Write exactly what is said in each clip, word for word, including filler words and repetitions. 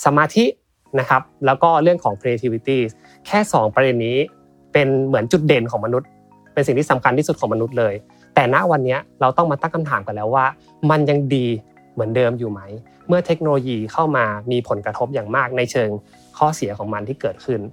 สมาธินะครับแล้วก็เรื่องของ creativity แค่สองประเด็นนี้เป็นเหมือนจุดเด่นของมนุษย์เป็นสิ่งที่สำคัญที่สุดของมนุษย์เลยแต่ณวันนี้เราต้องมาตั้งคำถามกันแล้วว่ามันยังดีเหมือนเดิมอยู่ไหมเมื่อเทคโนโลยีเข้ามามีผลกระทบอย่างมากในเชิงข้อเสียของมันที่เกิดขึ้น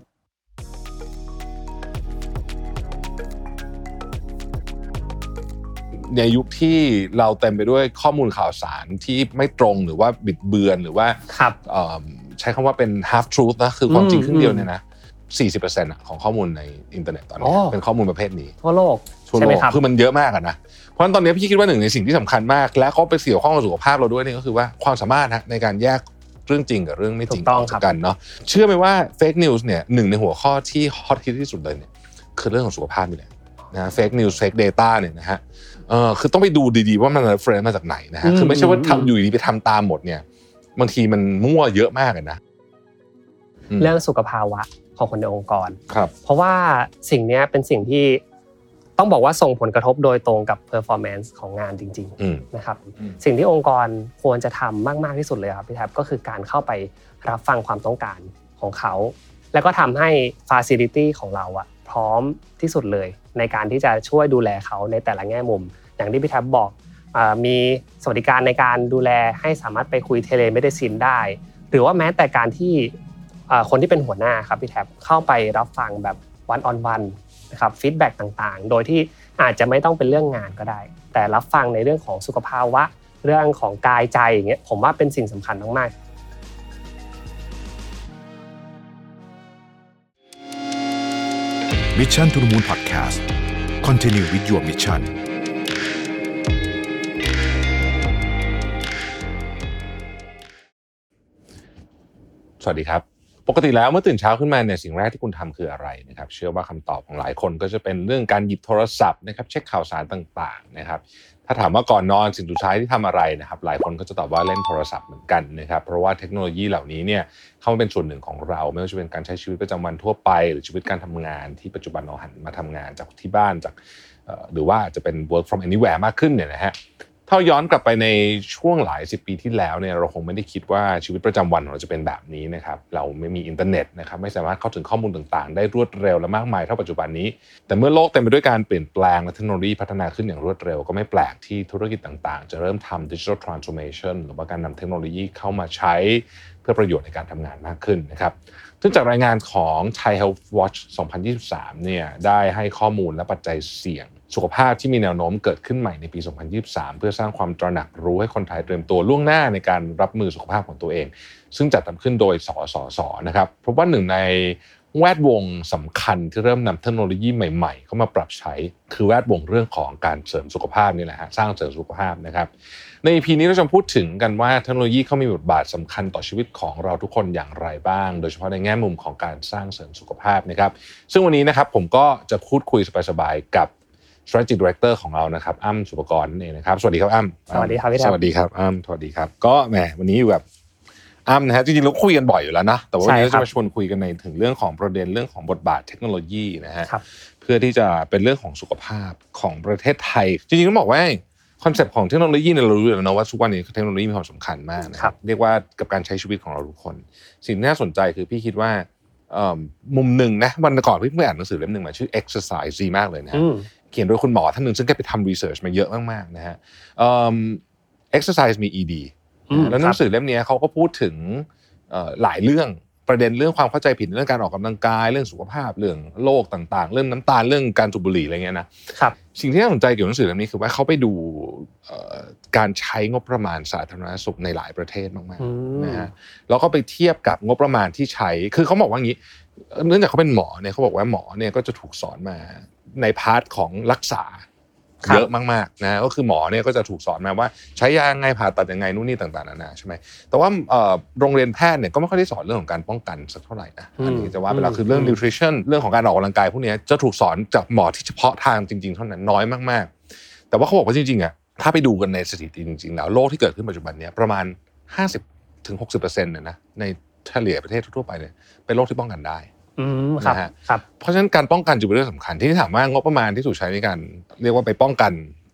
ในยุคที่เราเต็มไปด้วยข้อมูลข่าวสารที่ไม่ตรงหรือว่าบิดเบือนหรือว่าใช้คำว่าเป็น half truth นะคือความจริงครึ่งเดียวเนี่ยนะ สี่สิบเปอร์เซ็นต์ ของข้อมูลในอินเทอร์เน็ตตอนนี้เป็นข้อมูลประเภทนี้ทั่วโลกใช่ไหมครับคือมันเยอะมากนะเพราะฉะนั้นตอนนี้พี่คิดว่าหนึ่งในสิ่งที่สำคัญมากและเขาไปเกี่ยวข้องกับสุขภาพเราด้วยนี่ก็คือว่าความสามารถในการแยกเรื่องจริงกับเรื่องไม่จริงออกจากกันเนาะเชื่อไหมว่า fake news เนี่ยหนึ่งในหัวข้อที่ฮอตฮิตที่สุดเลยเนี่ยคือเรื่องของสุขภาพนี่แหละนะ fake news fake data เนี่ยนะฮะเออคือต้องไปดูดีๆว่ามัน reference มาจากไหนนะฮะคือไม่ใช่ว่าทำอยู่ดีไปทำตามหมดเนี่ยบางทีมันมั่วเยอะมากเลยนะเรื่องสุขภาวะของคนในองค์กรครับเพราะว่าสิ่งนี้เป็นสิ่งที่ต้องบอกว่าส่งผลกระทบโดยตรงกับ performance ของงานจริงๆนะครับสิ่งที่องค์กรควรจะทำมากๆที่สุดเลยครับพี่แท็บก็คือการเข้าไปรับฟังความต้องการของเขาแล้วก็ทำให้ facility ของเราอะพร้อมที่สุดเลยในการที่จะช่วยดูแลเขาในแต่ละแง่มุมอย่างที่พี่แท็บบอกมีสวัสดิการในการดูแลให้สามารถไปคุยเทเลเมดิซินได้หรือว่าแม้แต่การที่คนที่เป็นหัวหน้าครับพี่แท็บเข้าไปรับฟังแบบ one on one นะครับฟีดแบ็กต่างๆโดยที่อาจจะไม่ต้องเป็นเรื่องงานก็ได้แต่รับฟังในเรื่องของสุขภาวะเรื่องของกายใจอย่างเงี้ยผมว่าเป็นสิ่งสำคัญมากๆ Mission to the Moon Podcast Continue with your mission สวัสดีครับปกติแล้วเมื่อตื่นเช้าขึ้นมาเนี่ยสิ่งแรกที่คุณทำคืออะไรนะครับเชื่อว่าคำตอบของหลายคนก็จะเป็นเรื่องการหยิบโทรศัพท์นะครับเช็คข่าวสารต่างๆนะครับถ้าถามว่าก่อนนอนสิ่งสุดท้ายที่ทำอะไรนะครับหลายคนก็จะตอบว่าเล่นโทรศัพท์เหมือนกันนะครับเพราะว่าเทคโนโลยีเหล่านี้เนี่ยเข้ามาเป็นส่วนหนึ่งของเราไม่ว่าจะเป็นการใช้ชีวิตประจำวันทั่วไปหรือชีวิตการทำงานที่ปัจจุบันเราหันมาทำงานจากที่บ้านจากหรือว่าจะเป็น work from anywhere มากขึ้นเนี่ยนะฮะถ้าย้อนกลับไปในช่วงหลายสิบปีที่แล้วเนี่ยเราคงไม่ได้คิดว่าชีวิตประจำวันของเราจะเป็นแบบนี้นะครับเราไม่มีอินเทอร์เน็ตนะครับไม่สามารถเข้าถึงข้อมูลต่างๆได้รวดเร็วและมากมายเท่าปัจจุบันนี้แต่เมื่อโลกเต็มไปด้วยการเปลี่ยนแปลงและเทคโนโลยีพัฒนาขึ้นอย่างรวดเร็วก็ไม่แปลกที่ธุรกิจต่างๆจะเริ่มทำ digital transformation หรือว่าการนำเทคโนโลยีเข้ามาใช้เพื่อประโยชน์ในการทำงานมากขึ้นนะครับซึ่งจากรายงานของ Thai Health Watch สองพันยี่สิบสามเนี่ยได้ให้ข้อมูลและปัจจัยเสี่ยงสุขภาพที่มีแนวโน้มเกิดขึ้นใหม่ในปีสองพันยี่สิบสามเพื่อสร้างความตระหนักรู้ให้คนไทยเตรียมตัวล่วงหน้าในการรับมือสุขภาพของตัวเองซึ่งจัดทำขึ้นโดยสสสนะครับเพราะว่าหนึ่งในแวดวงสำคัญที่เริ่มนำเทคโนโลยีใหม่ๆเข้ามาปรับใช้คือแวดวงเรื่องของการเสริมสุขภาพนี่แหละฮะสร้างเสริมสุขภาพนะครับใน อี พี นี้เราจะพูดถึงกันว่าเทคโนโลยีเข้ามีบทบาทสำคัญต่อชีวิตของเราทุกคนอย่างไรบ้างโดยเฉพาะในแง่มุมของการสร้างเสริมสุขภาพนะครับซึ่งวันนี้นะครับผมก็จะพูดคุยสบายๆกับ strategy director ของเรานะครับอ้ำสุภกรนั่นเองนะครับสวัสดีครับอ้ำสวัสดีครับพี่แท็บสวัสดีครับอ้ำสวัสดีครับก็แหมวันนี้อยู่แบบอ้ำนะฮะจริงๆเราคุยกันบ่อยอยู่แล้วนะแต่ว่าวันนี้จะมาชวนคุยกันในถึงเรื่องของประเด็นเรื่องของบทบาทเทคโนโลยีนะฮะเพื่อที่จะเป็นเรื่องของสุขภาพของประเทศไทยจริงๆต้องบอกว่าคอนเซ็ปต์ของเทคโนโลยีเนี่ยเรารู้อยู่แล้วนะว่าทุกวันนี้เทคโนโลยีมีความสำคัญมากนะครับเรียกว่ากับการใช้ชีวิตของเราทุกคนสิ่งที่น่าสนใจคือพี่คิดว่ามุมหนึ่งนะวันก่อนพี่เพิ่งอ่านหนังสือเล่มหนึ่งมาชื่อ exercise ดีมากเลยนะเขียนโดยคุณหมอท่านหนึ่งซึ่งแกไปทำรีเสิร์ชมาเยอะมากๆนะฮะ exercise มี อี ดี แล้วหนังสือเล่มนี้เขาก็พูดถึงหลายเรื่องประเด็นเรื่องความเข้าใจผิดเรื่องการออกกำลังกายเรื่องสุขภาพเรื่องโรคต่างๆเรื่องน้ำตาลเรื่องการสูบบุหรี่อะไรเงี้ยนะครับสิ่งที่น่าสนใจเกี่ยวกับหนังสือเล่มนี้คือว่าเขาไปดูการใช้งบประมาณสาธารณสุขในหลายประเทศมากๆนะฮะแล้วก็ไปเทียบกับงบประมาณที่ใช้คือเขาบอกว่างี้เนื่องจากเขาเป็นหมอเนี่ยเขาบอกว่าหมอเนี่ยก็จะถูกสอนมาในพาร์ทของรักษาเยอะมากๆนะก็คือหมอเนี่ยก็จะถูกสอนมาว่าใช้ยาไงผ่าตัดยังไงนู่นนี่ต่างๆนานาใช่ไหมแต่ว่าโรงเรียนแพทย์เนี่ยก็ไม่ค่อยได้สอนเรื่องของการป้องกันสักเท่าไหร่นะอันนี้จะว่าเวลาคือเรื่อง nutrition เรื่องของการออกกำลังกายพวกนี้จะถูกสอนจากหมอที่เฉพาะทางจริงๆเท่านั้นน้อยมากๆแต่ว่าเขาบอกว่าจริงๆอ่ะถ้าไปดูกันในสถิติจริงๆแล้วโรคที่เกิดขึ้นปัจจุบันนี้ประมาณ ห้าสิบถึงหกสิบเปอร์เซ็นต์ เนี่ยนะในเฉลี่ยประเทศทั่วไปเนี่ยเป็นโรคที่ป้องกันได้อืมครับครับเพราะฉะนั้นการป้องกันจึงเป็นเรื่องสำคัญที่ถามว่างบประมาณที่ถูกใช้ในการเรียกว่าไปป้องกัน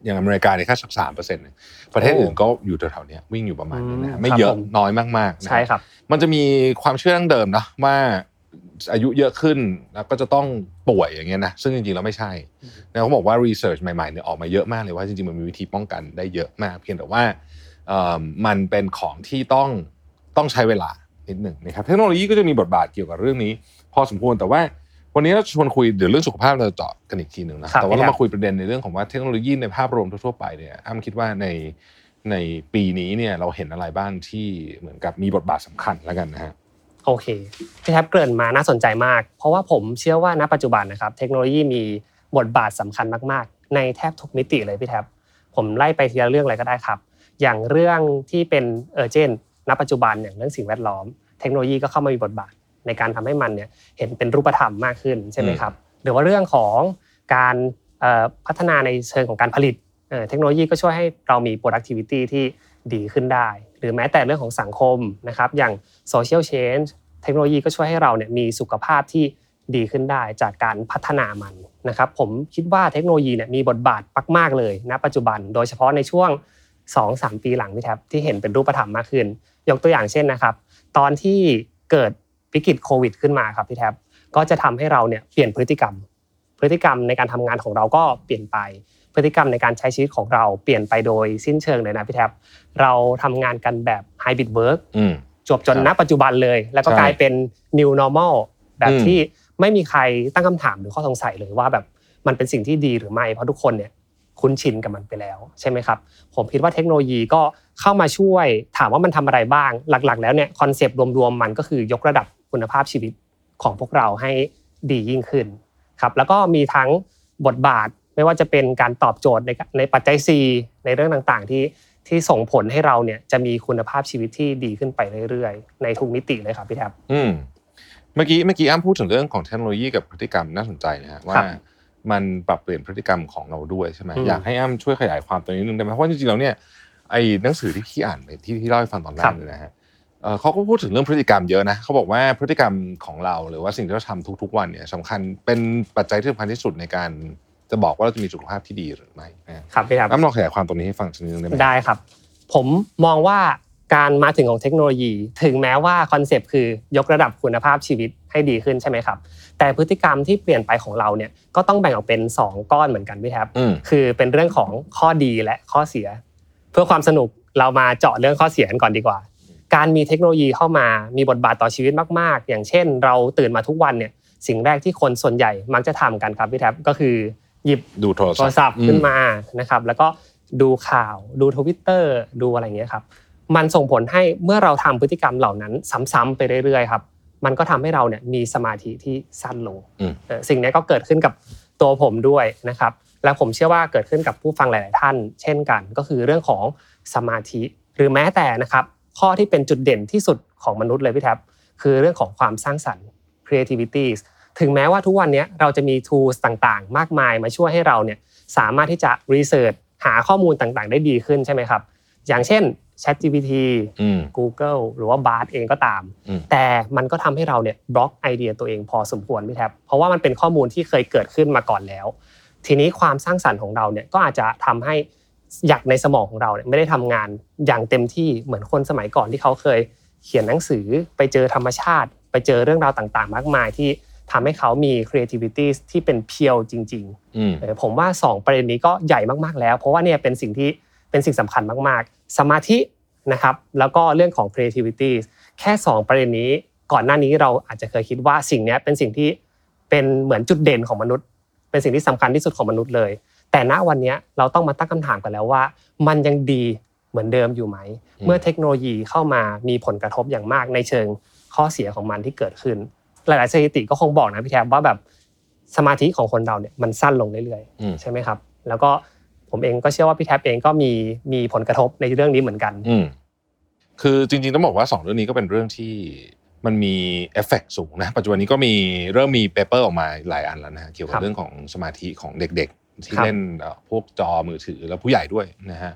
อย่างอเมริกาเนี่ยแค่สัก สามเปอร์เซ็นต์ นึงประเทศอื่นก็อยู่แถวๆเนี้ยวิ่งอยู่ประมาณนี้นะไม่เยอะน้อยมากๆนะใช่ครับมันจะมีความเชื่อดั้งเดิมนะว่าอายุเยอะขึ้นแล้วก็จะต้องป่วยอย่างเงี้ยนะซึ่งจริงๆแล้วไม่ใช่นะเขาบอกว่ารีเสิร์ชใหม่ๆเนี่ยออกมาเยอะมากเลยว่าจริงๆมันมีวิธีป้องกันได้เยอะมากเพียงแต่ว่าเอ่อมันเป็นของที่ต้องต้องใช้เวลานิดหนึ่งนะครับเทคโนโลยีก็จะมีบทบาทเกี่ยวกับเรื่องนี้พอสมควรแต่ว่าวันนี้เราชวนคุยเดี๋ยวเรื่องสุขภาพเราเจาะกันอีกทีนึงนะแต่ว่าเรามาคุยประเด็นในเรื่องของว่าเทคโนโลยีในภาพรวมทั่วๆไปเนี่ยอ้ำคิดว่าในในปีนี้เนี่ยเราเห็นอะไรบ้างที่เหมือนกับมีบทบาทสำคัญแล้วกันนะฮะโอเคพี่แท็บเกริ่นมาน่าสนใจมากเพราะว่าผมเชื่อว่าณปัจจุบันนะครับเทคโนโลยีมีบทบาทสำคัญมากๆในแทบทุกมิติเลยพี่แท็บผมไล่ไปทีละเรื่องเลยก็ได้ครับอย่างเรื่องที่เป็นเออเจนณปัจจุบันอย่างเรื่องสิ่งแวดล้อมเทคโนโลยีก็เข้ามามีบทบาทในการทำให้มันเนี่ยเห็นเป็นรูปธรรมมากขึ้นใช่ไหมครับหรือว่าเรื่องของการพัฒนาในเชิงของการผลิตเทคโนโลยีก็ช่วยให้เรามี productivity ที่ดีขึ้นได้หรือแม้แต่เรื่องของสังคมนะครับอย่าง social change เทคโนโลยีก็ช่วยให้เราเนี่ยมีสุขภาพที่ดีขึ้นได้จากการพัฒนามันนะครับผมคิดว่าเทคโนโลยีเนี่ยมีบทบาทมากๆเลยณปัจจุบันโดยเฉพาะในช่วง สองถึงสาม ปีหลังนี่ครับที่เห็นเป็นรูปธรรมมากขึ้นยกตัวอย่างเช่นนะครับตอนที่เกิดวิกฤตโควิดขึ้นมาครับพี่แท็บก็จะทำให้เราเนี่ยเปลี่ยนพฤติกรรมพฤติกรรมในการทำงานของเราก็เปลี่ยนไปพฤติกรรมในการใช้ชีวิตของเราเปลี่ยนไปโดยสิ้นเชิงเลยนะพี่แท็บเราทำงานกันแบบไฮบริดเวิร์คจบจนณปัจจุบันเลยแล้วก็กลายเป็น new normal แบบที่ไม่มีใครตั้งคำถามหรือข้อสงสัยเลยว่าแบบมันเป็นสิ่งที่ดีหรือไม่เพราะทุกคนเนี่ยคุ้นชินกับมันไปแล้วใช่ไหมครับผมคิดว่าเทคโนโลยีก็เข้ามาช่วยถามว่ามันทำอะไรบ้างหลักๆแล้วเนี่ยคอนเซปต์รวมๆมันก็คือยกระดับคุณภาพชีวิตของพวกเราให้ดียิ่งขึ้นครับแล้วก็มีทั้งบทบาทไม่ว่าจะเป็นการตอบโจทย์ในในปัจจัย C ในเรื่องต่างๆที่ที่ส่งผลให้เราเนี่ยจะมีคุณภาพชีวิตที่ดีขึ้นไปเรื่อยๆในทุกมิติเลยครับพี่แท็บอืมเมื่อกี้เมื่อกี้อ้ำพูดถึงเรื่องของเทคโนโลยีกับพฤติกรรมน่าสนใจนะฮะว่ามันปรับเปลี่ยนพฤติกรรมของเราด้วยใช่ไหมอยากให้อ้ำช่วยขยายความตัวนี้นิดนึงได้ไหมเพราะจริงๆแล้วเนี่ยไอ้หนังสือที่พี่อ่านไปที่ที่เล่าให้ฟังตอนแรกเลยนะฮะเอ่อเขาก็พูดถึงเรื่องพฤติกรรมเยอะนะเขาบอกว่าพฤติกรรมของเราหรือว่าสิ่งที่เราทำทุกๆวันเนี่ยสำคัญเป็นปัจจัยที่สำคัญที่สุดในการจะบอกว่าเราจะมีสุขภาพที่ดีหรือไม่ครับพี่ครับอ้ำลองขยายความตรงนี้ให้ฟังสักนิดนึงได้ไหมได้ครับผมมองว่าการมาถึงของเทคโนโลยีถึงแม้ว่าคอนเซปต์คือยกระดับคุณภาพชีวิตให้ดีขึ้นใช่ไหมครับแต่พฤติกรรมที่เปลี่ยนไปของเราเนี่ยก็ต้องแบ่งออกเป็นสองก้อนเหมือนกันพี่ครับคือเป็นเรื่องของข้อดีและข้อเสียเพื่อความสนุกเรามาเจาะเรื่องข้อเสียกันก่อนดีกว่าการมีเทคโนโลยีเข้ามามีบทบาทต่อชีวิตมากๆอย่างเช่นเราตื่นมาทุกวันเนี่ยสิ่งแรกที่คนส่วนใหญ่มักจะทำกันครับพี่แท็บก็คือหยิบดูโทรศัพท์ขึ้นมานะครับแล้วก็ดูข่าวดู Twitter ดูอะไรอย่างเงี้ยครับมันส่งผลให้เมื่อเราทำพฤติกรรมเหล่านั้นซ้ำๆไปเรื่อยๆครับมันก็ทำให้เราเนี่ยมีสมาธิที่สั้นลงสิ่งนี้ก็เกิดขึ้นกับตัวผมด้วยนะครับและผมเชื่อว่าเกิดขึ้นกับผู้ฟังหลายๆท่านเช่นกันก็คือเรื่องของสมาธิหรือแม้แต่นะครับข้อที่เป็นจุดเด่นที่สุดของมนุษย์เลยพี่แท็บคือเรื่องของความสร้างสรรค์ creativity ถึงแม้ว่าทุกวันนี้เราจะมี tools ต่างๆมากมายมาช่วยให้เราเนี่ยสามารถที่จะ research หาข้อมูลต่างๆได้ดีขึ้นใช่ไหมครับอย่างเช่น ChatGPT Google หรือว่า Bard เองก็ตามแต่มันก็ทำให้เราเนี่ยบล็อกไอเดียตัวเองพอสมควรพี่แท็บเพราะว่ามันเป็นข้อมูลที่เคยเกิดขึ้นมาก่อนแล้วทีนี้ความสร้างสรรค์ของเราเนี่ยก็อาจจะทำให้หยักในสมองของเราเนี่ยไม่ได้ทำงานอย่างเต็มที่เหมือนคนสมัยก่อนที่เขาเคยเขียนหนังสือไปเจอธรรมชาติไปเจอเรื่องราวต่างๆมากมายที่ทำให้เขามี creativity ที่เป็นเพียวจริงๆผมว่าสองประเด็นนี้ก็ใหญ่มากๆแล้วเพราะว่าเนี่ยเป็นสิ่งที่เป็นสิ่งสำคัญมากๆสมาธินะครับแล้วก็เรื่องของ creativity แค่สองประเด็นนี้ก่อนหน้านี้เราอาจจะเคยคิดว่าสิ่งนี้เป็นสิ่งที่เป็นเหมือนจุดเด่นของมนุษย์เป็นสิ่งที่สำคัญที่สุดของมนุษย์เลยแต่ณวันนี้เราต้องมาตั้งคำถามกันแล้วว่ามันยังดีเหมือนเดิมอยู่ไหมเมื่อเทคโนโลยีเข้ามามีผลกระทบอย่างมากในเชิงข้อเสียของมันที่เกิดขึ้นหลายๆสถิติก็คงบอกนะพี่แทบว่าแบบสมาธิของคนเราเนี่ยมันสั้นลงเรื่อยๆใช่ไหมครับแล้วก็ผมเองก็เชื่อว่าพี่แทบเองก็มีมีผลกระทบในเรื่องนี้เหมือนกันคือจริงๆต้องบอกว่าสองเรื่องนี้ก็เป็นเรื่องที่มันมีเอฟเฟกต์สูงนะปัจจุบันนี้ก็มีเริ่มมีเปเปอร์ออกมาหลายอันแล้วนะเกี่ยวกับเรื่องของสมาธิของเด็กๆที่เล่นพวกจอมือถือแล้วผู้ใหญ่ด้วยนะฮะ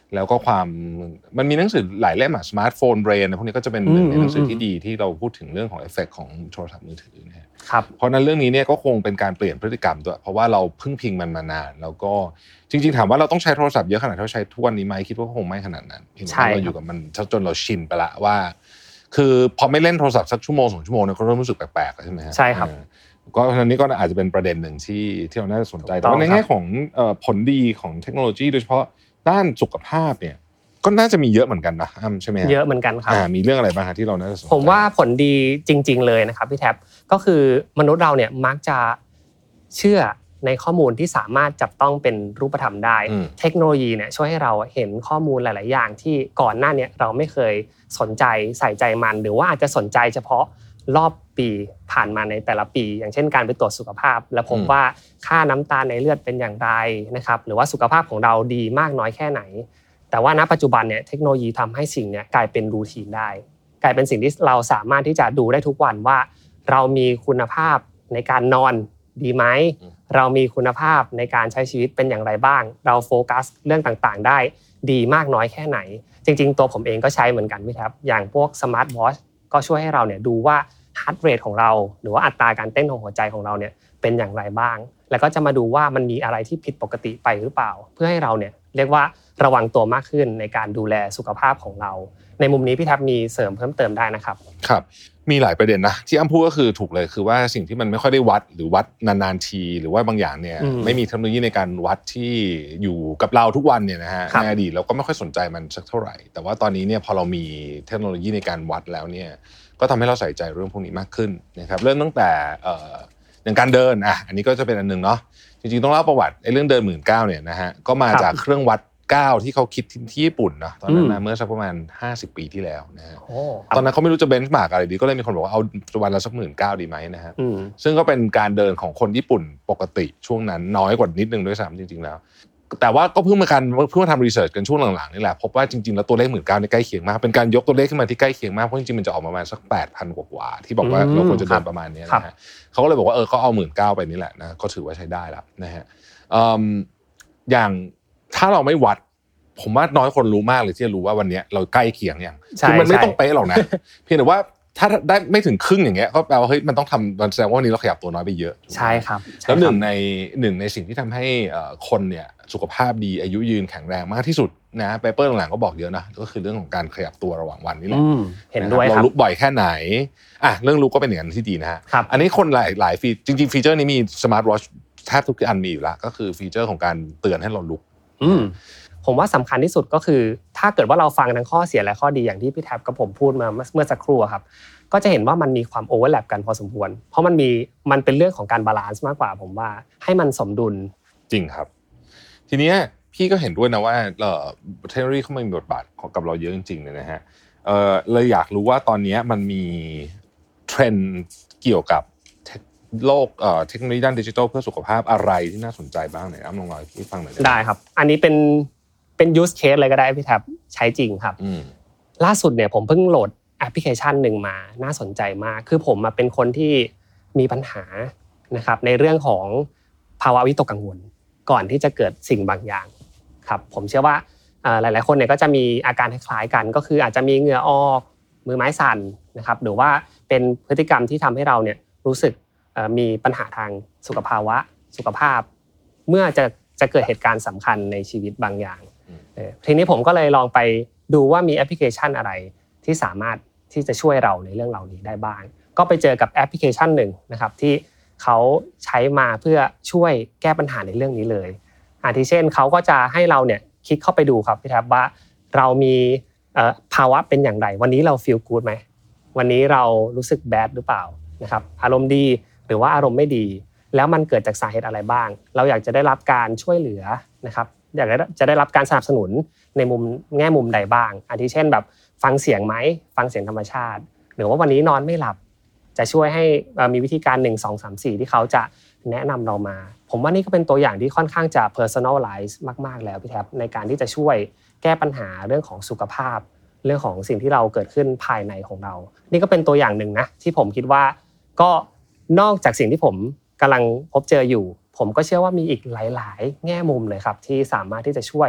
แล้วก็ความมันมีหนังสือหลายเล่มอ่ะ Smartphone Brain พวกนี้ก็จะเป็นหนึ่งในหนังสือที่ดีที่เราพูดถึงเรื่องของเอฟเฟคของโทรศัพท์มือถือนะครับเพราะนั้นเรื่องนี้เนี่ยก็คงเป็นการเปลี่ยนพฤติกรรมด้วยเพราะว่าเราพึ่งพิงมันมานานแล้วก็จริงๆถามว่าเราต้องใช้โทรศัพท์เยอะขนาดที่เราใช้ทุกวันนี้ไหมคิดว่าคงไม่ขนาดนั้นเพียงแต่เราอยู่กับมันจนเราชินไปละว่าคือพอไม่เล่นโทรศัพท์สักชั่วโมงสองชั่วโมงเนี่ยก็เริ่มรู้สึกแปลกๆใช่ไหมฮะใช่ครับก็อันนี้ก็อาจจะเป็นประเด็นหนึ่งที่ที่เราน่าจะสนใจแต่ว่าในแง่ของผลดีของเทคโนโลยีโดยเฉพาะด้านสุขภาพเนี่ยก็น่าจะมีเยอะเหมือนกันนะอ้ำใช่ไหมเยอะเหมือนกันครับมีเรื่องอะไรบ้างที่เราน่าจะสนใจผมว่าผลดีจริงๆเลยนะครับพี่แท็บก็คือมนุษย์เราเนี่ยมักจะเชื่อในข้อมูลที่สามารถจับต้องเป็นรูปธรรมได้เทคโนโลยีเนี่ยช่วยให้เราเห็นข้อมูลหลายๆอย่างที่ก่อนหน้านี้เราไม่เคยสนใจใส่ใจมันหรือว่าอาจจะสนใจเฉพาะรอบปีผ่านมาในแต่ละปีอย่างเช่นการไปตรวจสุขภาพแล้วพบว่าค่าน้ำตาลในเลือดเป็นอย่างไรนะครับหรือว่าสุขภาพของเราดีมากน้อยแค่ไหนแต่ว่าณปัจจุบันเนี่ยเทคโนโลยีทำให้สิ่งนี้กลายเป็นรูทีนได้กลายเป็นสิ่งที่เราสามารถที่จะดูได้ทุกวันว่าเรามีคุณภาพในการนอนดีไหมเรามีคุณภาพในการใช้ชีวิตเป็นอย่างไรบ้างเราโฟกัสเรื่องต่างๆได้ดีมากน้อยแค่ไหนจริงๆตัวผมเองก็ใช้เหมือนกันพี่ครับอย่างพวกสมาร์ทวอทช์ก็ช่วยให้เราเนี่ยดูว่าฮาร์ทเรทของเราหรือว่าอัตราการเต้นของหัวใจของเราเนี่ยเป็นอย่างไรบ้างแล้วก็จะมาดูว่ามันมีอะไรที่ผิดปกติไปหรือเปล่าเพื่อให้เราเนี่ยเรียกว่าระวังตัวมากขึ้นในการดูแลสุขภาพของเราในมุมนี้พี่ทับมีเสริมเพิ่มเติมได้นะครับครับมีหลายประเด็นนะที่อ้ำพูดก็คือถูกเลยคือว่าสิ่งที่มันไม่ค่อยได้วัดหรือวัดนานๆทีหรือว่าบางอย่างเนี่ยไม่มีเทคโนโลยีในการวัดที่อยู่กับเราทุกวันเนี่ยนะฮะในอดีตเราก็ไม่ค่อยสนใจมันสักเท่าไหร่แต่ว่าตอนนี้เนี่ยพอเรามีเทคโนโลยีในการวัดแล้วเนี่ยก็ทำให้เราใส่ใจเรื่องพวกนี้มากขึ้นนะครับเริ่มตั้งแต่อย่างการเดินอ่ะอันนี้ก็จะเป็นอันนึงเนาะจริงๆต้องเล่าประวัติไอ้เรื่องเดิน หนึ่งหมื่นเก้าพัน เนี่ยนะฮะก็มาจากเครื่องวัดก้าวที่เขาคิดที่ญี่ปุ่นนะตอนนั้นนะเมื่อสักประมาณห้าสิบปีที่แล้วนะฮะตอนนั้นเขาไม่รู้จะเบนช์มาร์กอะไรดีก็เลยมีคนบอกว่าเอาวันละสัก หนึ่งหมื่นเก้าพัน ดีไหมนะฮะซึ่งก็เป็นการเดินของคนญี่ปุ่นปกติช่วงนั้นน้อยกว่านิดนึงด้วยซ้ำจริงๆแล้วแต่ว่าก็เพิ่งมาการเพิ่งมาทำรีเสิร์ชกันช่วงหลังๆนี่แหละพบว่าจริงๆแล้วตัวเลข หนึ่งหมื่นเก้าพัน นี่ใกล้เคียงมากเป็นการยกตัวเลขขึ้นมาที่ใกล้เคียงมากเพราะจริงๆมันจะออกมาประมาณสัก แปดพัน กว่าๆที่บอกว่าเราควรจะเดินประมาณนี้นะฮะเขาก็เลยบอกว่าเออก็เอา หนึ่งหมื่นเก้าพัน ไปนี่แหละนะก็ถือว่าใช้ได้แล้วนะฮะอย่างถ้าเราไม่วัดผมว่าน้อยคนรู้มากเลยที่จะรู้ว่าวันนี้เราใกล้เคียงอย่างคือมันไม่ต้องเป๊ะหรอกนะเพียงแต่ว่าถ้าได้ไม่ถึงครึ่งอย่างเงี้ยก็แปลว่าเฮ้ยมันต้องทำมันแสดงว่าวันนี้เราขยับตัวน้อยไปเยอะใช่ครับแล้วหนึ่งในหนึ่งในสิ่งที่ทำให้คนเนี่ยสุขภาพดีอายุยืนแข็งแรงมากที่สุดนะเปเปอร์หลังๆก็บอกเยอะนะก็คือเรื่องของการขยับตัวระหว่างวันนี่แหละเห็นด้วยครับเราลุกบ่อยแค่ไหนอ่ะเรื่องลุกก็เป็นอย่างนั้นที่ดีนะฮะอันนี้คนหลายหลายฟีจริงๆฟีเจอร์นี้มีสมาร์ทวอทช์แทบทุกอันมีอยู่แล้วก็คือฟีเจอร์ของการเตือนให้เราลุกผมว่าสำคัญที่สุดก็คือถ้าเกิดว่าเราฟังทั้งข้อเสียและข้อดีอย่างที่พี่แท็บกับผมพูดมาเมื่อสักครู่ครับก็จะเห็นว่ามันมีความโอเวอร์แลปกันพอสมควรเพราะมันมีมันเป็นเรื่องของการบาลานซ์มากกว่าผมว่าให้มันสมดุลจริงครับทีนี้พี่ก็เห็นด้วยนะว่าเอ่อเทคโนโลยีเข้ามามีบทบาทกับเราเยอะจริงๆเลยนะฮะเอ่อเลยอยากรู้ว่าตอนนี้มันมีเทรนด์เกี่ยวกับโลกเอ่อเทคโนโลยีด้านดิจิทัลเพื่อสุขภาพอะไรที่น่าสนใจบ้างไหนอ้ำลองเล่าให้ฟังหน่อยได้ครับอันนี้เป็นเป็น use case เลยก็ได้พี่แท็บใช้จริงครับล่าสุดเนี่ยผมเพิ่งโหลดแอปพลิเคชันหนึ่งมาน่าสนใจมากคือผมมาเป็นคนที่มีปัญหานะครับในเรื่องของภาวะวิตกกังวลก่อนที่จะเกิดสิ่งบางอย่างครับผมเชื่อว่าหลายๆคนเนี่ยก็จะมีอาการคล้ายๆกันก็คืออาจจะมีเหงื่อออกมือไม้สั่นนะครับหรือว่าเป็นพฤติกรรมที่ทำให้เราเนี่ยรู้สึกมีปัญหาทางสุขภาวะสุขภาพเมื่อจะจะเกิดเหตุการณ์สำคัญในชีวิตบางอย่างทีนี้ผมก็เลยลองไปดูว่ามีแอปพลิเคชันอะไรที่สามารถที่จะช่วยเราในเรื่องเหล่านี้ได้บ้างก็ไปเจอกับแอปพลิเคชันหนึ่งนะครับที่เขาใช้มาเพื่อช่วยแก้ปัญหาในเรื่องนี้เลยอาทิเช่นเขาก็จะให้เราเนี่ยคลิกเข้าไปดูครับพี่แท็บว่าเรามีภาวะเป็นอย่างไรวันนี้เราฟีลกู๊ดไหมวันนี้เรารู้สึกแบดหรือเปล่านะครับอารมณ์ดีหรือว่าอารมณ์ไม่ดีแล้วมันเกิดจากสาเหตุอะไรบ้างเราอยากจะได้รับการช่วยเหลือนะครับอยากจะได้รับการสนับสนุนในมุมแง่มุมใดบ้างอาทิเช่นแบบฟังเสียงไหมฟังเสียงธรรมชาติหรือว่าวันนี้นอนไม่หลับจะช่วยให้มีวิธีการหนึ่ง สอง สาม สี่ที่เขาจะแนะนำเรามาผมว่านี่ก็เป็นตัวอย่างที่ค่อนข้างจะ personalize มากๆแล้วพี่แท็บในการที่จะช่วยแก้ปัญหาเรื่องของสุขภาพเรื่องของสิ่งที่เราเกิดขึ้นภายในของเรานี่ก็เป็นตัวอย่างหนึ่งนะที่ผมคิดว่าก็นอกจากสิ่งที่ผมกำลังพบเจออยู่ผมก็เชื่อว่ามีอีกหลายๆแง่มุมเลยครับที่สามารถที่จะช่วย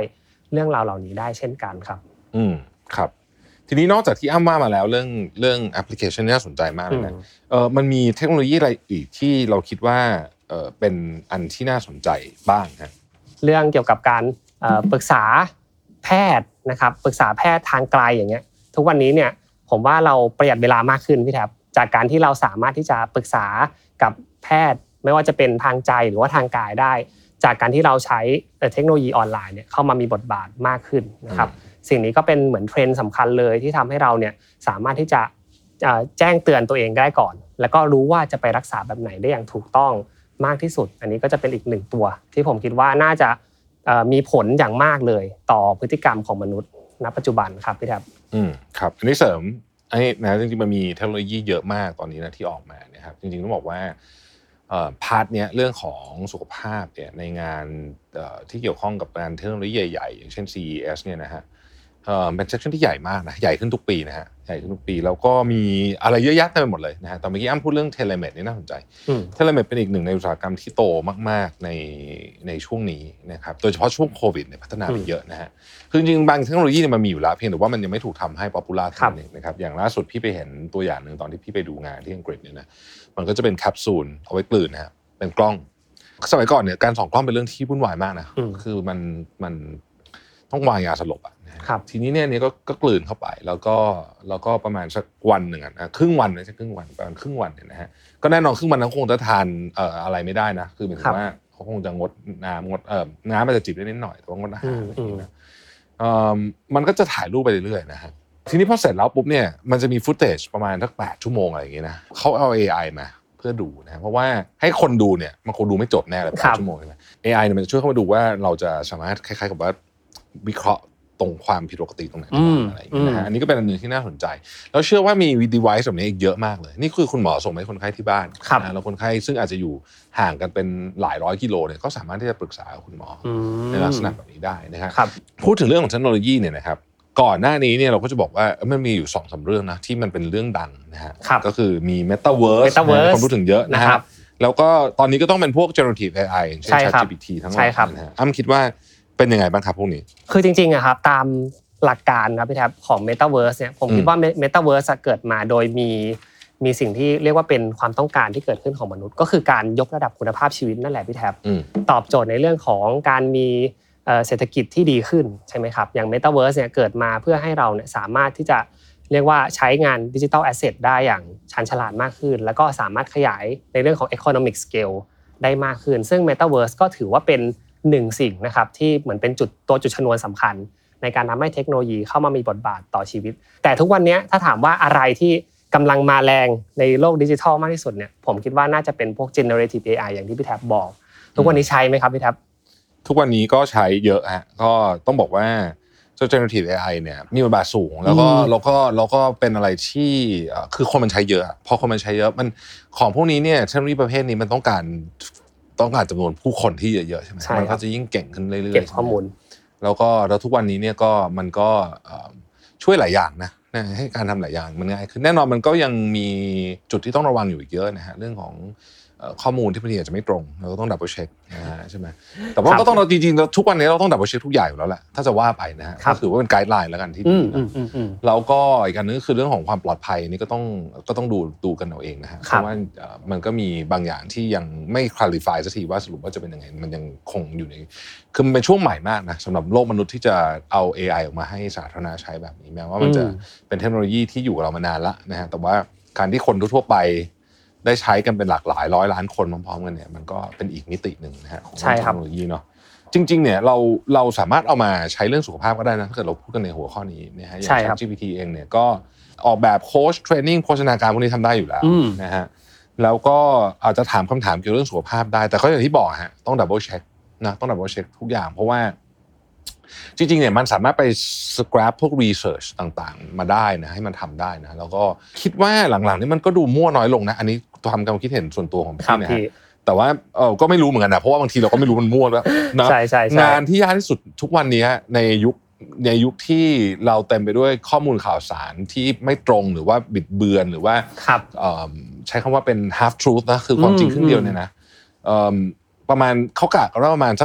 เรื่องราวเหล่านี้ได้เช่นกันครับอืมครับทีนี้นอกจากที่อ้ำว่ามาแล้วเรื่องเรื่องแอปพลิเคชันน่าสนใจมากเลยนะเออมันมีเทคโนโลยีอะไรอีกที่เราคิดว่าเออเป็นอันที่น่าสนใจบ้างฮะเรื่องเกี่ยวกับการเอ่อปรึกษาแพทย์นะครับปรึกษาแพทย์ทางไกลอย่างเงี้ยทุกวันนี้เนี่ยผมว่าเราประหยัดเวลามากขึ้นพี่แทบจากการที่เราสามารถที่จะปรึกษากับแพทย์ไม่ว่าจะเป็นทางใจหรือว่าทางกายได้จากการที่เราใช้เทคโนโลยีออนไลน์เนี่ยเข้ามามีบทบาทมากขึ้นนะครับสิ่งนี้ก็เป็นเหมือนเทรนด์สำคัญเลยที่ทำให้เราเนี่ยสามารถที่จะแจ้งเตือนตัวเองได้ก่อนแล้วก็รู้ว่าจะไปรักษาแบบไหนได้อย่างถูกต้องมากที่สุดอันนี้ก็จะเป็นอีกหนึ่งตัวที่ผมคิดว่าน่าจะมีผลอย่างมากเลยต่อพฤติกรรมของมนุษย์ณปัจจุบันครับพี่แทบอืมครับอันนี้เสริมไอ้นะจริงๆมันมีเทคโนโลยีเยอะมากตอนนี้นะที่ออกมานะครับจริงๆต้องบอกว่าเอ่อพาร์ทเนี้ยเรื่องของสุขภาพเนี่ยในงานเอ่อที่เกี่ยวข้องกับงานเทคโนโลยีใหญ่ๆอย่างเช่น ซี อี เอส เนี่ยนะฮะเอ่อเป็นเซสชั่นที่ใหญ่มากนะใหญ่ขึ้นทุกปีนะฮะใหญ่ขึ้นทุกปีแล้วก็มีอะไรเยอะแยะเต็มไปหมดเลยนะฮะแต่เมื่อกี้อ้ำพูดเรื่องเทเลเมดนี่น่าสนใจเทเลเมดเป็นอีกหนึ่งในอุตสาหกรรมที่โตมากๆในในช่วงนี้นะครับโดยเฉพาะช่วงโควิดเนี่ยพัฒนาไปเยอะนะฮะคือจริงๆบางเทคโนโลยีเนี่ยมันมีอยู่แล้วเพียงแต่ว่ามันยังไม่ถูกทำให้ป๊อปปูล่าขึ้นเองนะครับอย่างล่าสุดพี่ไปเห็นตัวอย่างนึงตอนที่พี่ไปดูงานที่อังกฤษเนี่ยนะมันก็จะเป็นแคปซูลเอาไว้กลืนนะฮะเป็นกล้องสมัยก่อนเนี่ยการส่องกล้องเป็นเรื่องที่วุ่นวายมากนะคือมันมันต้องวางยาสลบอ่ะทีนี้เนี่ยนี่ก็ก็กลืนเข้าไปแล้วก็แล้วก็ประมาณสักวันหนึ่งอ่ะครึ่งวันนะจะครึ่งวันประมาณครึ่งวันเนี่ยนะฮะก็แน่นอนครึ่งวันนั้นคงจะทานเอ่ออะไรไม่ได้นะคือหมายถึงว่าเขาคงจะงดน้ำงดเอ่อน้ำมันจะจิบได้นิดหน่อยแต่ว่างดอาหารอะไรอย่างเงี้ยเอ่อมันก็จะถ่ายรูปไปเรื่อยๆนะฮะทีนี้พอเสร็จแล้วปุ๊บเนี่ยมันจะมีฟุตเทจประมาณสักแปดชั่วโมงอะไรอย่างเงี้ยนะเขาเอา เอ ไอ มาเพื่อดูนะเพราะว่าให้คนดูเนี่ยมันคงดูไม่จบแน่เลยแปดชั่วโมงใช่ไหม เอ ไอ เนี่ยมันจะช่วยเข้ามาดูว่าเราจะสามารถคล้ายๆกับว่าวิเคราะห์ตรงความผิดปกติตรงไหนอะไรอย่างเงี้ยนะฮะอันนี้ก็เป็นอันนึงที่น่าสนใจแล้วเชื่อว่ามี device แบบนี้อีกเยอะมากเลยนี่คือคุณหมอส่งให้คนไข้ที่บ้านนะแล้วคนไข้ซึ่งอาจจะอยู่ห่างกันเป็นหลายร้อยกิโลเนี่ยก็สามารถที่จะปรึกษาคุณหมอในลักษณะแบบนี้ได้นะครับพูดถึงเรื่องของเทคโนโลยีเนี่ยนะครับก่อนหน้านี้เนี่ยเราก็จะบอกว่ามันมีอยู่ สองถึงสาม เรื่องนะที่มันเป็นเรื่องดังนะฮะก็คือมี Metaverse คนพูดถึงเยอะนะครับแล้วก็ตอนนี้ก็ต้องเป็นพวก generative เอ ไอ เช่น ChatGPT ทั้งหมดนะฮะอ้ำคิดว่าเป็นยังไงบ้างครับพวกนี้คือจริงๆอะครับตามหลักการครับพี่แทบของ Metaverse เนี่ยผมคิดว่า Metaverse เกิดมาโดยมีมีสิ่งที่เรียกว่าเป็นความต้องการที่เกิดขึ้นของมนุษย์ก็คือการยกระดับคุณภาพชีวิตนั่นแหละพี่แทบตอบโจทย์ในเรื่องของการมีเศรษฐกิจที่ดีขึ้นใช่ไหมครับอย่าง Metaverse เนี่ยเกิดมาเพื่อให้เราเนี่ยสามารถที่จะเรียกว่าใช้งาน Digital Asset ได้อย่างชันฉลาดมากขึ้นแล้วก็สามารถขยายในเรื่องของ Economic Scale ได้มากขึ้นซึ่ง Metaverse ก็ถือว่าเป็นหนึ่งสิ่งนะครับที่เหมือนเป็นจุดตัวจุดชนวนสำคัญในการทำให้เทคโนโลยีเข้ามามีบทบาทต่อชีวิตแต่ทุกวันนี้ถ้าถามว่าอะไรที่กำลังมาแรงในโลกดิจิทัลมากที่สุดเนี่ยผมคิดว่าน่าจะเป็นพวก generative เอ ไอ อย่างที่พี่แท็บบอกทุกวันนี้ใช้ไหมครับพี่แท็บทุกวันนี้ก็ใช้เยอะฮะก็ต้องบอกว่า generative เอ ไอ เนี่ยมีบทบาทสูงแล้วก็แล้วก็แล้วก็เป็นอะไรที่คือคนมันใช้เยอะพอคนมันใช้เยอะมันของพวกนี้เนี่ยเทคโนโลยีประเภทนี้มันต้องการต้องการจำนวนผู้คนที่เยอะๆใช่ไหมมันก็จะยิ่งเก่งขึ้นเรื่อยๆเก็บข้อมูลแล้วก็แล้วทุกวันนี้เนี่ยก็มันก็ช่วยหลายอย่างนะให้การทำหลายอย่างมันง่ายขึ้นแน่นอนมันก็ยังมีจุดที่ต้องระวังอยู่อีกเยอะนะฮะเรื่องของข้อมูลที่บางทีอาจจะไม่ตรงเราก็ต้องดับเบิลเช็คนะฮะใช่ไหมแต่ว่าก็ต้องเราจริงๆทุกวันนี้เราต้องดับเบิลเช็คทุกอย่างอยู่แล้วแหละถ้าจะว่าไปนะฮะก็ถือว่าเป็นไกด์ไลน์แล้วกันที่ดีนะแล้วก็อีกอันนึงคือเรื่องของความปลอดภัยนี่ก็ต้องก็ต้องดูดูกันเอาเองนะฮะเพราะว่ามันก็มีบางอย่างที่ยังไม่คลาริฟายสักทีว่าสรุปว่าจะเป็นยังไงมันยังคงอยู่ในคือมันเป็นช่วงใหม่มากนะสำหรับโลกมนุษย์ที่จะเอา เอ ไอ ออกมาให้สาธารณะใช้แบบนี้แม้ว่ามันจะเป็นเทคโนโลยีที่อยู่กับเรามานานละนะฮะแต่ว่าการที่คนทั่วไปได้ใช้กันเป็นหลากหลายร้อยล้านคนพร้อมๆกันเนี่ยมันก็เป็นอีกมิติหนึ่งนะฮะของเทคโนโลยีเนาะจริงๆเนี่ยเราเราสามารถเอามาใช้เรื่องสุขภาพก็ได้นะถ้าเกิดเราพูดกันในหัวข้อนี้นะฮะอย่าง ChatGPT เองเนี่ยก็ออกแบบโค้ชเทรนนิ่งโภชนาการพวกนี้ทำได้อยู่แล้วนะฮะแล้วก็อาจจะถามคำถามเกี่ยวกับเรื่องสุขภาพได้แต่ก็อย่างที่บอกฮะต้องดับเบิลเช็คนะต้องดับเบิลเช็คทุกอย่างเพราะว่าจริงๆเนี่ยมันสามารถไป scrap พวก research ต่างๆมาได้นะให้มันทำได้นะแล้วก็คิดว่าหลังๆนี่มันก็ดูมั่วน้อยลงนะอันนี้ความความคิดเห็นส่วนตัวของพี่นะฮะแต่ว่าเออก็ไม่รู้เหมือนกันนะเพราะว่าบางทีเราก็ไม่รู้มันมั่วแล้วนะงานที่ยากที่สุดทุกวันนี้ในยุคในยุคที่เราเต็มไปด้วยข้อมูลข่าวสารที่ไม่ตรงหรือว่าบิดเบือนหรือว่าใช้คำว่าเป็น half truth นะคือความจริงครึ่งเดียวเนี่ยนะประมาณเขากะกันว่าประมาณสัก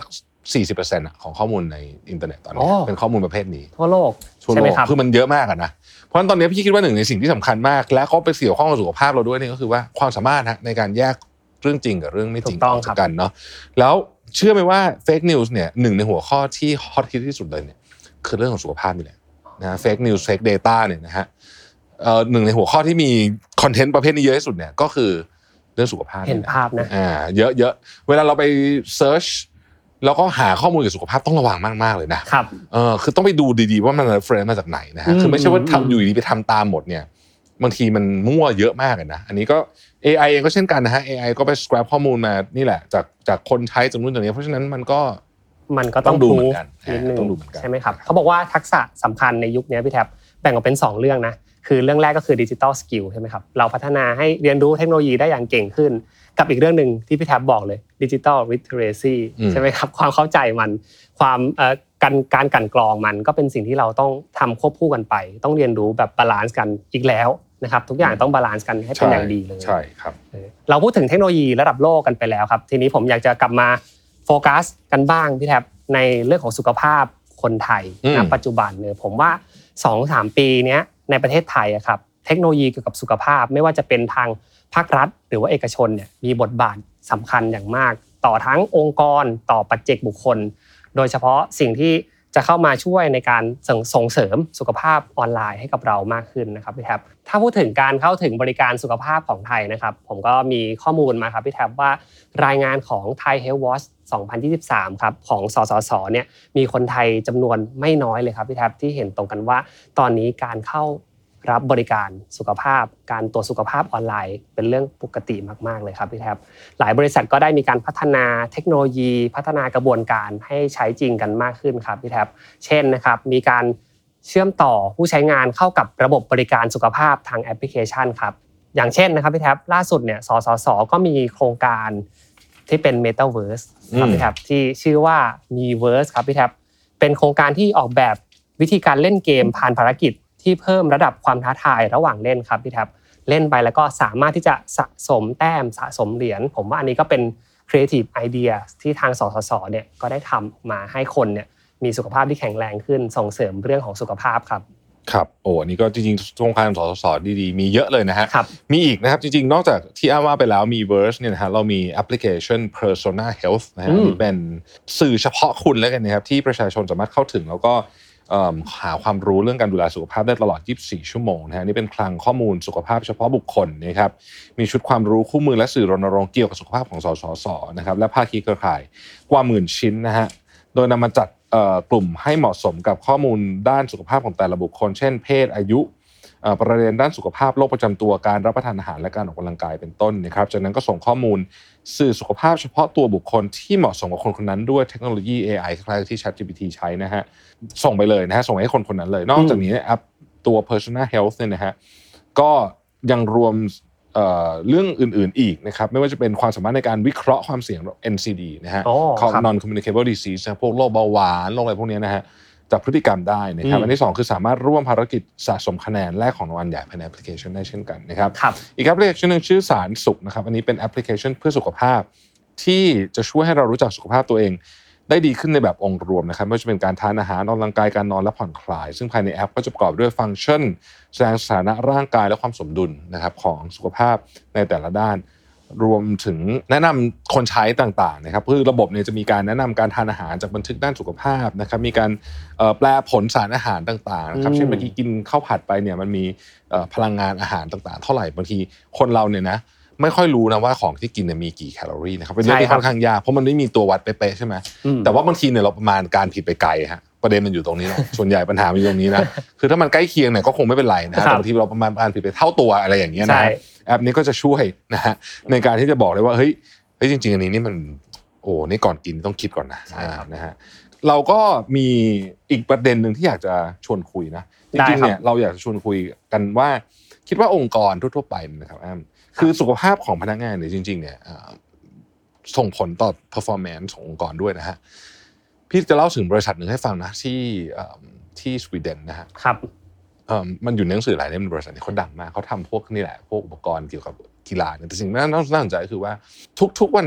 สี่สิบเปอร์เซ็นต์ ของข้อมูลในอินเทอร์เน็ตตอนนี้เป็นข้อมูลประเภทนี้ทั่วโลกใช่ไหมครับคือมันเยอะมากนะเพราะฉะนั้นตอนนี้พี่คิดว่าหนึ่งในสิ่งที่สำคัญมากและเขาไปเกี่ยวข้องกับสุขภาพเราด้วยนี่ก็คือว่าความสามารถในการแยกเรื่องจริงกับเรื่องไม่จริงออกกันเนาะแล้วเชื่อไหมว่าเฟกนิวส์เนี่ยหนึ่งในหัวข้อที่ฮอตฮิตที่สุดเลยเนี่ยคือเรื่องของสุขภาพนี่แหละนะเฟกนิวส์เฟกเดต้าเนี่ยนะฮะเอ่อหนึ่งในหัวข้อที่มีคอนเทนต์ประเภทนี้เยอะที่สุดเนี่ยก็คือเรื่องสุขภาพเห็นภาพนะอ่าเยอะๆเวลาเราไปเซิร์ชแล้วก็หาข้อมูลเกี่ยวกับสุขภาพต้องระวังมากๆเลยนะครับเออคือต้องไปดูดีๆว่ามันเรฟเฟรนซ์มาจากไหนนะฮะคือไม่ใช่ว่าทำอยู่ดีไปทำตามหมดเนี่ยบางทีมันมั่วเยอะมากเลยนะอันนี้ก็ เอ ไอ เองก็เช่นกันนะฮะ เอ ไอ ก็ไป scrap ข้อมูลมานี่แหละจากจากคนใช้จากนู้นจากนี้เพราะฉะนั้นมันก็มันก็ต้องดูเหมือนกันต้องดูเหมือนกันใช่ไหมครับเขาบอกว่าทักษะสำคัญในยุคนี้พี่แท็บแบ่งออกเป็นสองเรื่องนะคือเรื่องแรกก็คือ digital skill ใช่ไหมครับเราพัฒนาให้เรียนรู้เทคโนโลยีได้อย่างเก่งขึ้นกับอีกเรื่องนึงที่พี่แท็บบอกเลย digital literacy ใช่ไหมครับความเข้าใจมันความเอ่อการการกั่นกรองมันก็เป็นสิ่งที่เราต้องทำควบคู่กันไปต้องเรียนรู้แบบบาลานซ์กันอีกแล้วนะครับทุกอย่างต้องบาลานซ์กันให้เป็นอย่างดีเลยใช่ครับเราพูดถึงเทคโนโลยีระดับโลกกันไปแล้วครับทีนี้ผมอยากจะกลับมาโฟกัสกันบ้างพี่แท็บในเรื่องของสุขภาพคนไทยณปัจจุบันเนี่ยผมว่า สองถึงสาม ปีเนี้ยในประเทศไทยอะครับเทคโนโลยีเกี่ยวกับสุขภาพไม่ว่าจะเป็นทางภาครัฐหรือว่าเอกชนเนี่ยมีบทบาทสำคัญอย่างมากต่อทั้งองค์กรต่อปัจเจกบุคคลโดยเฉพาะสิ่งที่จะเข้ามาช่วยในการส่งเสริมสุขภาพออนไลน์ให้กับเรามากขึ้นนะครับพี่แท็บถ้าพูดถึงการเข้าถึงบริการสุขภาพของไทยนะครับผมก็มีข้อมูลมาครับพี่แท็บว่ารายงานของ Thai Health Watch สองพันยี่สิบสามครับของสสสเนี่ยมีคนไทยจำนวนไม่น้อยเลยครับพี่แท็บที่เห็นตรงกันว่าตอนนี้การเข้ารับบริการสุขภาพการตรวจสุขภาพออนไลน์เป็นเรื่องปกติมากๆเลยครับพี่แท็บหลายบริษัทก็ได้มีการพัฒนาเทคโนโลยีพัฒนากระบวนการให้ใช้จริงกันมากขึ้นครับพี่แท็บเช่นนะครับมีการเชื่อมต่อผู้ใช้งานเข้ากับระบบบริการสุขภาพทางแอปพลิเคชันครับอย่างเช่นนะครับพี่แท็บล่าสุดเนี่ยสสสก็มีโครงการที่เป็น Metaverse ครับพี่แท็บที่ชื่อว่า Miiverse ครับพี่แท็บเป็นโครงการที่ออกแบบวิธีการเล่นเกมผ่านภารกิจที่เพิ่มระดับความท้าทายระหว่างเล่นครับพี่แท็บเล่นไปแล้วก็สามารถที่จะสะสมแต้มสะสมเหรียญผมว่าอันนี้ก็เป็น creative idea ที่ทางสสสเนี่ยก็ได้ทำมาให้คนเนี่ยมีสุขภาพที่แข็งแรงขึ้นส่งเสริมเรื่องของสุขภาพครับครับโอ้อันนี้ก็จริงๆโครงการสสสดีๆมีเยอะเลยนะฮะมีอีกนะครับจริงๆนอกจากที่อ้าว่าไปแล้วมี Verse เนี่ยนะฮะเรามีแอปพลิเคชัน Persona Health นะฮะที่เป็นสื่อเฉพาะคุณแล้วกันนะครับที่ประชาชนสามารถเข้าถึงแล้วก็หาความรู้เรื่องการดูแลสุขภาพได้ตลอดยี่สิบสี่ชั่วโมงนะฮะนี่เป็นคลังข้อมูลสุขภาพเฉพาะบุคคลนะครับมีชุดความรู้คู่มือและสื่อรณรงค์เกี่ยวกับสุขภาพของสสสนะครับและภาคีเครือข่ายกว่าหมื่นชิ้นนะฮะโดยนำมาจัดกลุ่มให้เหมาะสมกับข้อมูลด้านสุขภาพของแต่ละบุคคลเช่นเพศอายุประเด็นด้านสุขภาพโรคประจำตัวการรับประทานอาหารและการออกกำลังกายเป็นต้นนะครับจากนั้นก็ส่งข้อมูลสื่อสุขภาพเฉพาะตัวบุคคลที่เหมาะสมกับคนคนนั้นด้วยเทคโนโลยี เอ ไอ คล้ายๆที่ ChatGPT ใช้นะฮะส่งไปเลยนะฮะส่งให้คนคนนั้นเลยนอกจากนี้แอปตัว Persona Health เนี่ยนะฮะก็ยังรวมเอ่อเรื่องอื่นๆอีกนะครับไม่ว่าจะเป็นความสามารถในการวิเคราะห์ความเสี่ยง เอ็น ซี ดี นะฮะ Non Communicable Disease นะพวกโรคเบาหวานโรคอะไรพวกนี้นะฮะจากพฤติกรรมได้นะครับอันที่สองคือสามารถร่วมภารกิจสะสมคะแนนแรกของรางวัลใหญ่ภายในแอปพลิเคชันได้เช่นกันนะครับอีกแอปพลิเคชันนึงชื่อสารสุขนะครับอันนี้เป็นแอปพลิเคชันเพื่อสุขภาพที่จะช่วยให้เรารู้จักสุขภาพตัวเองได้ดีขึ้นในแบบองค์รวมนะครับไม่ว่าจะเป็นการทานอาหารออกกำลังกายการนอนและผ่อนคลายซึ่งภายในแอปก็จะประกอบด้วยฟังก์ชันแสดงสถานะร่างกายและความสมดุลนะครับของสุขภาพในแต่ละด้านรวมถึงแนะนำคนใช้ต่างๆนะครับคือระบบเนี่ยจะมีการแนะนำการทานอาหารจากบันทึกด้านสุขภาพนะครับมีการแปลผลสารอาหารต่างๆนะครับเช่นเมื่อกี้กินข้าวผัดไปเนี่ยมันมีพลังงานอาหารต่างๆเท่าไหร่บางทีคนเราเนี่ยนะไม่ค่อยรู้นะว่าของที่กินเนี่ยมีกี่แคลอรี่นะครับเป็นเรื่องที่ค่อนข้างยากเพราะมันไม่มีตัววัดเป๊ะๆใช่ไหมแต่ว่าบางทีเนี่ยเราประมาณการผิดไปไกลฮะประเด็นมันอยู่ตรงนี้นะส่วนใหญ่ปัญหามันอยู่ตรงนี้นะคือถ้ามันใกล้เคียงเนี่ยก็คงไม่เป็นไรนะแต่บางทีเราประมาณการผิดไปเท่าตัวอะไรอย่างเงี้ยนะแอปนี้ก็จะช่วยนะฮะในการที่จะบอกเลยว่าเฮ้ยเฮ้ยจริงๆอันนี้นี่มันโอ้นี่ก่อนกินต้องคิดก่อนนะนะฮะเราก็มีอีกประเด็นนึงที่อยากจะชวนคุยนะจริงๆเนี่ยเราอยากจะชวนคุยกันว่าคิดว่าองค์กรทั่วๆไปนะครับแอมคือสุขภาพของพนักงานเนี่ยจริงๆเนี่ยส่งผลต่อ performance ขององค์กรด้วยนะฮะพี่จะเล่าถึงบริษัทหนึ่งให้ฟังนะที่ที่สวีเดนนะฮะครับมันอยู่ในหนังสือหลายเล่มบริษัทนี้เขาดังมากเขาทำพวกนี่แหละพวกอุปกรณ์เกี่ยวกับกีฬาแต่สิ่งที่น่าสนใจคือว่าทุกๆวันศุกร์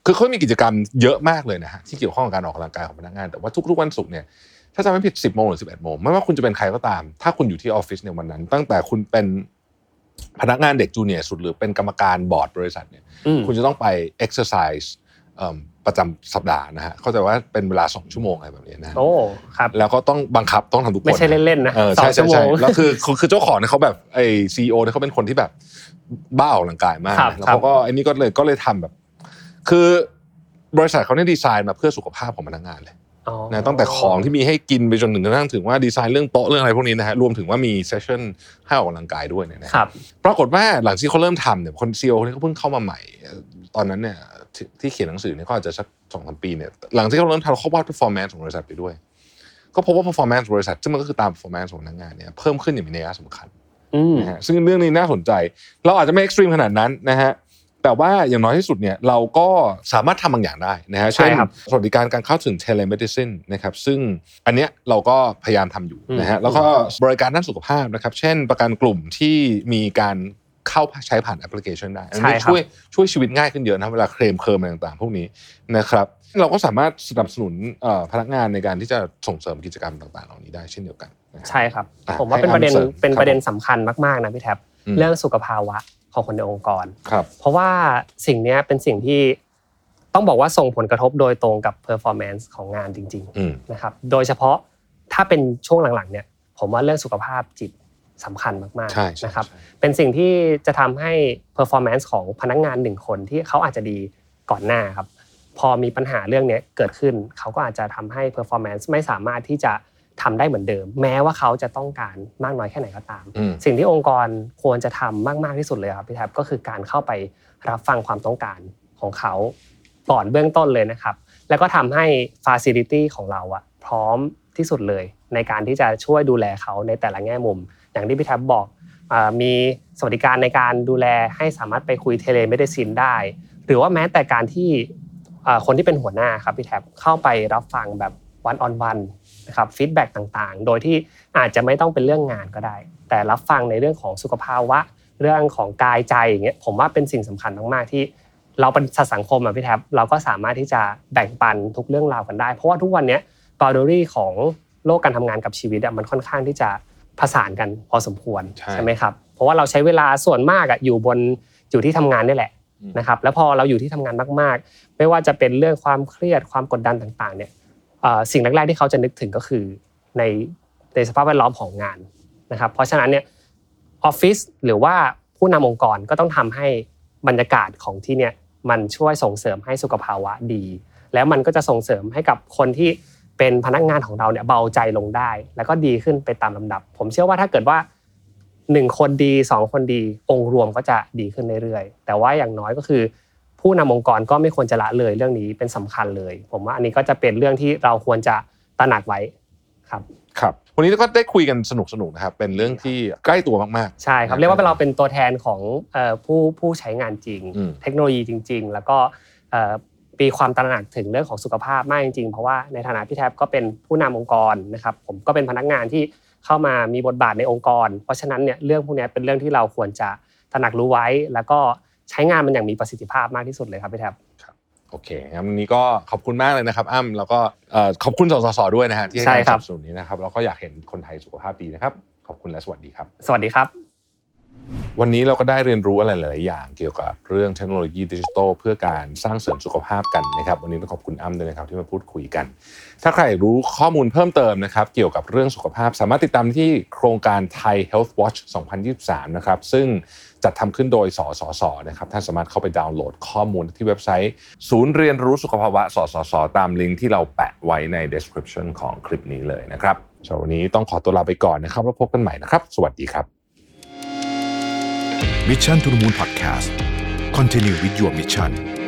คือเขามีกิจกรรมเยอะมากเลยนะฮะที่เกี่ยวข้องกับการออกกำลังกายของพนักงานแต่ว่าทุกๆวันศุกร์เนี่ยถ้าจำไม่ผิดสิบโมงหรือสิบเอ็ดโมงไม่ว่าคุณจะเป็นใครก็ตามถ้าคุณอยู่ที่ออฟฟิศในวันนั้นตั้งแต่คุณเป็นพนักงานเด็กจูเนียร์สุดหรือเป็นกรรมการบอร์ดบริษัทเนี่ยคุณจะต้องไป exercise ประจำสัปดาห์นะฮะเข้าใจว่าเป็นเวลาสองชั่วโมงอะไรแบบนี้นะโอ้ครับแล้วก็ต้องบังคับต้องทำทุกคนไม่ใช่เล่นๆนะสองชั่วโมงแล้วคือคือเจ้าของเนี่ยเขาแบบไอ้ ซี อี โอ เนี่ยเขาเป็นคนที่แบบบ้าออกกำลังกายมากแล้วเขาก็ไอ้นี่ก็เลยก็เลยทำแบบคือบริษัทเขาเนี่ยดีไซน์มาเพื่อสุขภาพของพนักงานเลยนะตั้งแต่ของที่มีให้กินไปจนถึงกระทั่งถึงว่าดีไซน์เรื่องโต๊ะเรื่องอะไรพวกนี้นะฮะรวมถึงว่ามีเซสชั่นให้ออกกำลังกายด้วยเนี่ยนะครับปรากฏว่าหลังที่เขาเริ่มทำเนี่ยคน ซี อี โอ เนี่ยเขาเพิ่งเข้ามาใหม่ตอนนั้นเนี่ยที่เขียนหนังสือเนี่ยก็อาจจะสัก สองถึงสาม ปีเนี่ยหลังที่เขาเริ่มทำเขาวาด performance ของบริษัทไปด้วยก็พบว่า performance บริษัทซึ่งมันก็คือตาม performance ของพนักงานเนี่ยเพิ่มขึ้นอย่างมีนัยสำคัญนะฮะซึ่งเรื่องนี้น่าสนใจเราอาจจะไม่ extreme ขนาดนั้นนะฮะแต่ว่าอย่างน้อยที่สุดเนี่ยเราก็สามารถทำบางอย่างได้นะฮะเช่นสวัสดิการการเข้าถึง telemedicine นะครับซึ่งอันเนี้ยเราก็พยายามทำอยู่นะฮะแล้วก็บริการด้านสุขภาพนะครับเช่นประกันกลุ่มที่มีการเข้าใช้ผ่านแอปพลิเคชันได้อันนี้ช่วยช่วยชีวิตง่ายขึ้นเยอะนะเวลาเคลมเคิร์มอะไรต่างๆพวกนี้นะครับเราก็สามารถสนับสนุนพนักงานในการที่จะส่งเสริมกิจกรรมต่างๆเหล่านี้ได้เช่นเดียวกันใช่ครับผมว่าเป็นประเด็นเป็นประเด็นสำคัญมากๆนะพี่แท็บเรื่องสุขภาวะของคนในองค์กรเพราะว่าสิ่งนี้เป็นสิ่งที่ต้องบอกว่าส่งผลกระทบโดยตรงกับ performance ของงานจริงๆนะครับโดยเฉพาะถ้าเป็นช่วงหลังๆเนี่ยผมว่าเรื่องสุขภาพจิตสำคัญมากๆนะครับเป็นสิ่งที่จะทำให้ performance ของพนักงานหนึ่งคนที่เขาอาจจะดีก่อนหน้าครับพอมีปัญหาเรื่องนี้เกิดขึ้นเขาก็อาจจะทำให้ performance ไม่สามารถที่จะทำได้เหมือนเดิมแม้ว่าเขาจะต้องการมากน้อยแค่ไหนก็ตามสิ่งที่องค์กรควรจะทำมากๆที่สุดเลยครับพี่แท็บก็คือการเข้าไปรับฟังความต้องการของเขาก่อนเบื้องต้นเลยนะครับแล้วก็ทำให้ facility ของเราอะพร้อมที่สุดเลยในการที่จะช่วยดูแลเขาในแต่ละแง่มุมอย่างที่พี่แท็บบอกมีสวัสดิการในการดูแลให้สามารถไปคุยเทเลเมดิซินได้หรือว่าแม้แต่การที่คนที่เป็นหัวหน้าครับพี่แท็บเข้าไปรับฟังแบบ one on one นะครับฟีดแบ็กต่างๆโดยที่อาจจะไม่ต้องเป็นเรื่องงานก็ได้แต่รับฟังในเรื่องของสุขภาวะเรื่องของกายใจอย่างเงี้ยผมว่าเป็นสิ่งสำคัญมากๆที่เราเป็นสังคมอ่ะพี่แท็บเราก็สามารถที่จะแบ่งปันทุกเรื่องราวกันได้เพราะว่าทุกวันนี้ boundary ของโลกการทำงานกับชีวิตอ่ะมันค่อนข้างที่จะผสานกันพอสมควรใช่ไหมครับเพราะว่าเราใช้เวลาส่วนมากอ่ะอยู่บนอยู่ที่ทำงานนี่แหละนะครับแล้วพอเราอยู่ที่ทำงานมากๆไม่ว่าจะเป็นเรื่องความเครียดความกดดันต่างๆเนี่ยสิ่งแรกๆที่เขาจะนึกถึงก็คือในในสภาพแวดล้อมของงานนะครับเพราะฉะนั้นเนี่ยออฟฟิศหรือว่าผู้นำองค์กรก็ต้องทำให้บรรยากาศของที่เนี่ยมันช่วยส่งเสริมให้สุขภาวะดีแล้วมันก็จะส่งเสริมให้กับคนที่เป็นพนักงานของเราเนี่ยเบาใจลงได้แล้วก็ดีขึ้นไปตามลำดับผมเชื่อว่าถ้าเกิดว่าหนึ่งคนดีสองคนดีองค์รวมก็จะดีขึ้นเรื่อยๆแต่ว่าอย่างน้อยก็คือผู้นำองค์กรก็ไม่ควรจะละเลยเรื่องนี้เป็นสำคัญเลยผมว่าอันนี้ก็จะเป็นเรื่องที่เราควรจะตระหนักไว้ครับครับวันนี้ก็ได้คุยกันสนุกๆนะครับเป็นเรื่องที่ใกล้ตัวมากๆใช่ครับเรียกว่าเราเป็นตัวแทนของเอ่อผู้ผู้ใช้งานจริงเทคโนโลยีจริงๆแล้วก็เอ่อมีความตระหนักถึงเรื่องของสุขภาพมากจริงๆเพราะว่าในฐานะพี่แท็บก็เป็นผู้นำองค์กรนะครับผมก็เป็นพนักงานที่เข้ามามีบทบาทในองค์กรเพราะฉะนั้นเนี่ยเรื่องพวกนี้เป็นเรื่องที่เราควรจะตระหนักรู้ไว้แล้วก็ใช้งานมันอย่างมีประสิทธิภาพมากที่สุดเลยครับพี่แท็บครับโอเคงั้นวันนี้ก็ขอบคุณมากเลยนะครับอ้ำแล้วก็เอ่อขอบคุณสสสด้วยนะฮะที่ให้การสนับสนุนนี้นะครับแล้วก็อยากเห็นคนไทยสุขภาพดีนะครับขอบคุณและสวัสดีครับสวัสดีครับวันนี้เราก็ได้เรียนรู้อะไรหลายๆอย่างเกี่ยวกับเรื่องเทคโนโลยีดิจิทัลเพื่อการสร้างเสริมสุขภาพกันนะครับวันนี้ต้องขอบคุณอ้ำด้วยนะครับที่มาพูดคุยกันถ้าใครรู้ข้อมูลเพิ่มเติมนะครับเกี่ยวกับเรื่องสุขภาพสามารถติดตามที่โครงการ Thai Health Watch สองพันยี่สิบสามนะครับซึ่งจัดทำขึ้นโดยสสสนะครับท่านสามารถเข้าไปดาวน์โหลดข้อมูลที่เว็บไซต์ศูนย์เรียนรู้สุขภาวะสสสตามลิงก์ที่เราแปะไว้ใน description ของคลิปนี้เลยนะครับสำหรับวันนี้ต้องขอตัวลาไปก่อนนะครับแล้วพบกันใหม่นะครับสวัสดีครับ Mission to the Moon Podcast Continue with your mission